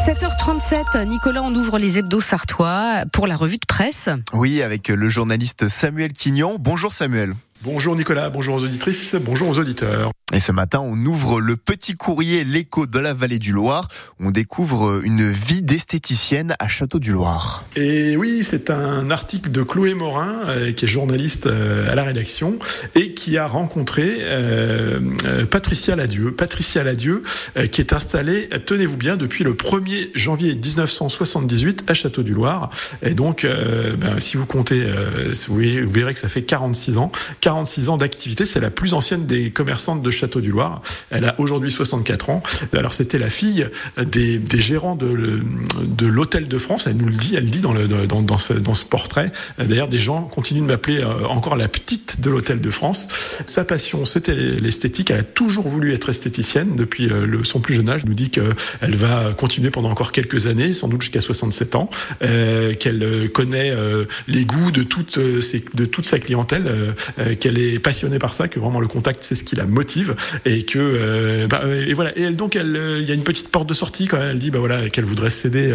7h37, Nicolas, on ouvre les hebdos sartois pour la revue de presse. Oui, avec le journaliste Samuel Quignon. Bonjour Samuel. Bonjour Nicolas, bonjour aux auditrices, bonjour aux auditeurs. Et ce matin, on ouvre le petit courrier L'Écho de la Vallée du Loir. On découvre une vie d'esthéticienne à Château-du-Loir. Et oui, c'est un article de Chloé Morin, qui est journaliste à la rédaction, et qui a rencontré Patricia Ladieu. Patricia Ladieu, qui est installée, tenez-vous bien, depuis le 1er janvier 1978 à Château-du-Loir. Et donc, si vous comptez, vous verrez que ça fait 46 ans. 46 ans d'activité, c'est la plus ancienne des commerçantes de Château-du-Loir. Elle a aujourd'hui 64 ans. Alors c'était la fille des gérants de l'Hôtel de France. Elle nous le dit, dans ce portrait. D'ailleurs, des gens continuent de m'appeler encore la petite de l'Hôtel de France. Sa passion, c'était l'esthétique. Elle a toujours voulu être esthéticienne depuis son plus jeune âge. Elle nous dit qu'elle va continuer pendant encore quelques années, sans doute jusqu'à 67 ans, qu'elle connaît les goûts de toute sa clientèle, qu'elle est passionnée par ça, que vraiment le contact c'est ce qui la motive, et que et voilà. Et elle donc il y a une petite porte de sortie quand même. Elle dit qu'elle voudrait céder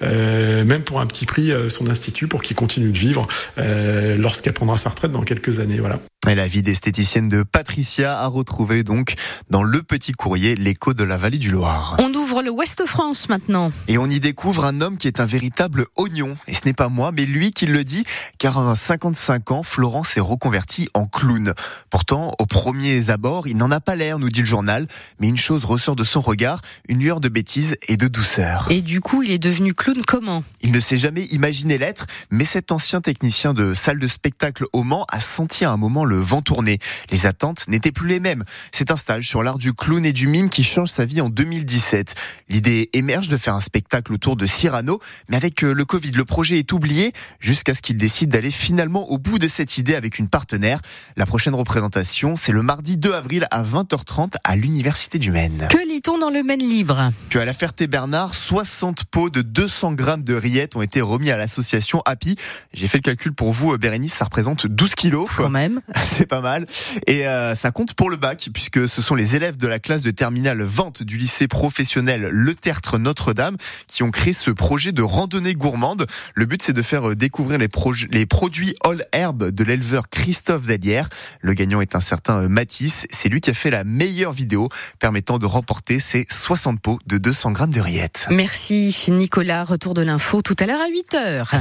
même pour un petit prix son institut pour qu'il continue de vivre lorsqu'elle prendra sa retraite dans quelques années. Voilà. Et la vie d'esthéticienne de Patricia a retrouvé donc dans le petit courrier L'Écho de la Vallée du Loir. On ouvre le Ouest France maintenant. Et on y découvre un homme qui est un véritable oignon. Et ce n'est pas moi, mais lui qui le dit, car à 55 ans, Florent s'est reconverti en clown. Pourtant, aux premiers abords, il n'en a pas l'air, nous dit le journal. Mais une chose ressort de son regard, une lueur de bêtise et de douceur. Et du coup, il est devenu clown comment ? Il ne s'est jamais imaginé l'être, mais cet ancien technicien de salle de spectacle au Mans a senti à un moment le vent tourner. Les attentes n'étaient plus les mêmes. C'est un stage sur l'art du clown et du mime qui change sa vie en 2017. L'idée émerge de faire un spectacle autour de Cyrano, mais avec le Covid, le projet est oublié jusqu'à ce qu'il décide d'aller finalement au bout de cette idée avec une partenaire. La prochaine représentation, c'est le mardi 2 avril à 20h30 à l'Université du Maine. Que lit-on dans le Maine Libre ? Que à la Ferté-Bernard, 60 pots de 200 grammes de rillettes ont été remis à l'association Happy. J'ai fait le calcul pour vous, Bérénice, ça représente 12 kilos. Quand même. C'est pas mal. Et ça compte pour le bac, puisque ce sont les élèves de la classe de terminale vente du lycée professionnel Le Tertre Notre-Dame qui ont créé ce projet de randonnée gourmande. Le but, c'est de faire découvrir les produits all herbe de l'éleveur Christophe Dallière. Le gagnant est un certain Mathis. C'est lui qui a fait la meilleure vidéo permettant de remporter ces 60 pots de 200 grammes de rillettes. Merci Nicolas. Retour de l'info tout à l'heure à 8h.